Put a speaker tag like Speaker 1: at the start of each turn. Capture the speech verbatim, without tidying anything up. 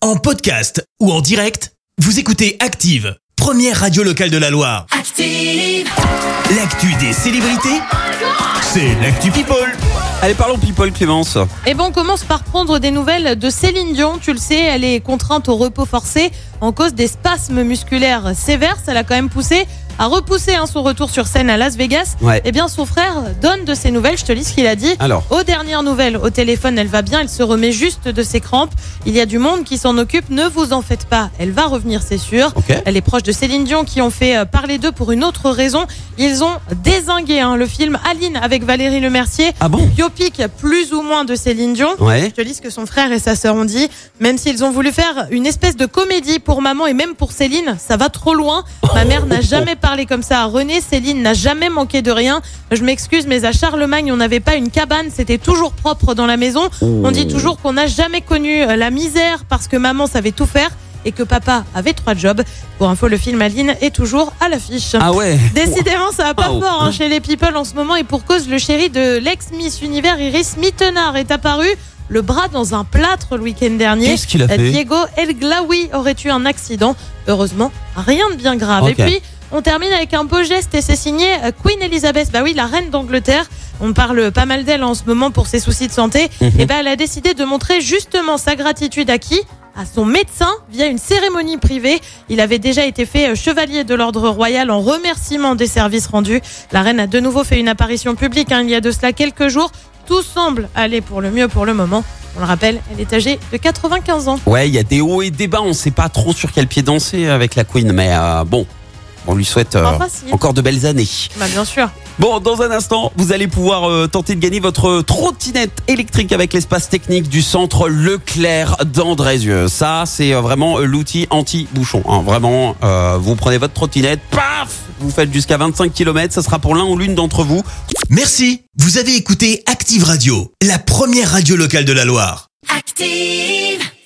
Speaker 1: En podcast ou en direct, vous écoutez Active, première radio locale de la Loire. Active! L'actu des célébrités, c'est l'actu People.
Speaker 2: Allez, parlons people, Clémence.
Speaker 3: Et bon, on commence par prendre des nouvelles de Céline Dion. Tu le sais, elle est contrainte au repos forcé en cause des spasmes musculaires sévères. Ça l'a quand même poussé à repousser hein, son retour sur scène à Las Vegas.
Speaker 2: Ouais.
Speaker 3: Eh bien, son frère donne de ses nouvelles. Je te lis ce qu'il a dit.
Speaker 2: Alors.
Speaker 3: Aux dernières nouvelles, au téléphone, elle va bien. Elle se remet juste de ses crampes. Il y a du monde qui s'en occupe. Ne vous en faites pas. Elle va revenir, c'est sûr.
Speaker 2: Okay.
Speaker 3: Elle est proche de Céline Dion qui ont fait parler d'eux pour une autre raison. Ils ont dézingué hein, le film Aline avec Valérie Lemercier.
Speaker 2: Ah bon?
Speaker 3: Biopic plus ou moins de Céline Dion.
Speaker 2: Ouais.
Speaker 3: Je te lis ce que son frère et sa sœur ont dit. Même s'ils ont voulu faire une espèce de comédie pour maman et même pour Céline, ça va trop loin. Ma mère n'a jamais parlé comme ça à René. Céline n'a jamais manqué de rien. Je m'excuse, mais à Charlemagne, on n'avait pas une cabane. C'était toujours propre dans la maison. On dit toujours qu'on n'a jamais connu la misère parce que maman savait tout faire et que papa avait trois jobs. Pour info, le film Aline est toujours à l'affiche.
Speaker 2: Ah ouais.
Speaker 3: Décidément, ça va pas
Speaker 2: Wow.
Speaker 3: fort hein, chez les people en ce moment. Et pour cause, le chéri de l'ex-Miss Univers, Iris Mittenard, est apparu le bras dans un plâtre le week-end dernier.
Speaker 2: Qu'est-ce qu'il a fait?
Speaker 3: Diego El Glaoui aurait eu un accident. Heureusement, rien de bien grave.
Speaker 2: Okay.
Speaker 3: Et puis, on termine avec un beau geste et c'est signé Queen Elizabeth. Bah oui, la reine d'Angleterre. On parle pas mal d'elle en ce moment pour ses soucis de santé.
Speaker 2: Mm-hmm.
Speaker 3: Et bah, elle a décidé de montrer justement sa gratitude à qui? À son médecin via une cérémonie privée. Il avait déjà été fait chevalier de l'ordre royal en remerciement des services rendus. La reine a de nouveau fait une apparition publique hein, il y a de cela quelques jours. Tout semble aller pour le mieux pour le moment. On le rappelle, elle est âgée de quatre-vingt-quinze ans.
Speaker 2: Ouais, il y a des hauts et des bas. On sait pas trop sur quel pied danser avec la Queen, mais euh, bon, on lui souhaite euh,
Speaker 3: Enfin, si.
Speaker 2: encore de belles années.
Speaker 3: Bah bien sûr.
Speaker 2: Bon, dans un instant, vous allez pouvoir euh, tenter de gagner votre trottinette électrique avec l'espace technique du centre Leclerc d'Andrézieux. Ça, c'est euh, vraiment euh, l'outil anti-bouchon. Hein. Vraiment, euh, vous prenez votre trottinette, paf, vous faites jusqu'à vingt-cinq kilomètres. Ça sera pour l'un ou l'une d'entre vous.
Speaker 1: Merci, vous avez écouté Active Radio, la première radio locale de la Loire.
Speaker 4: Active!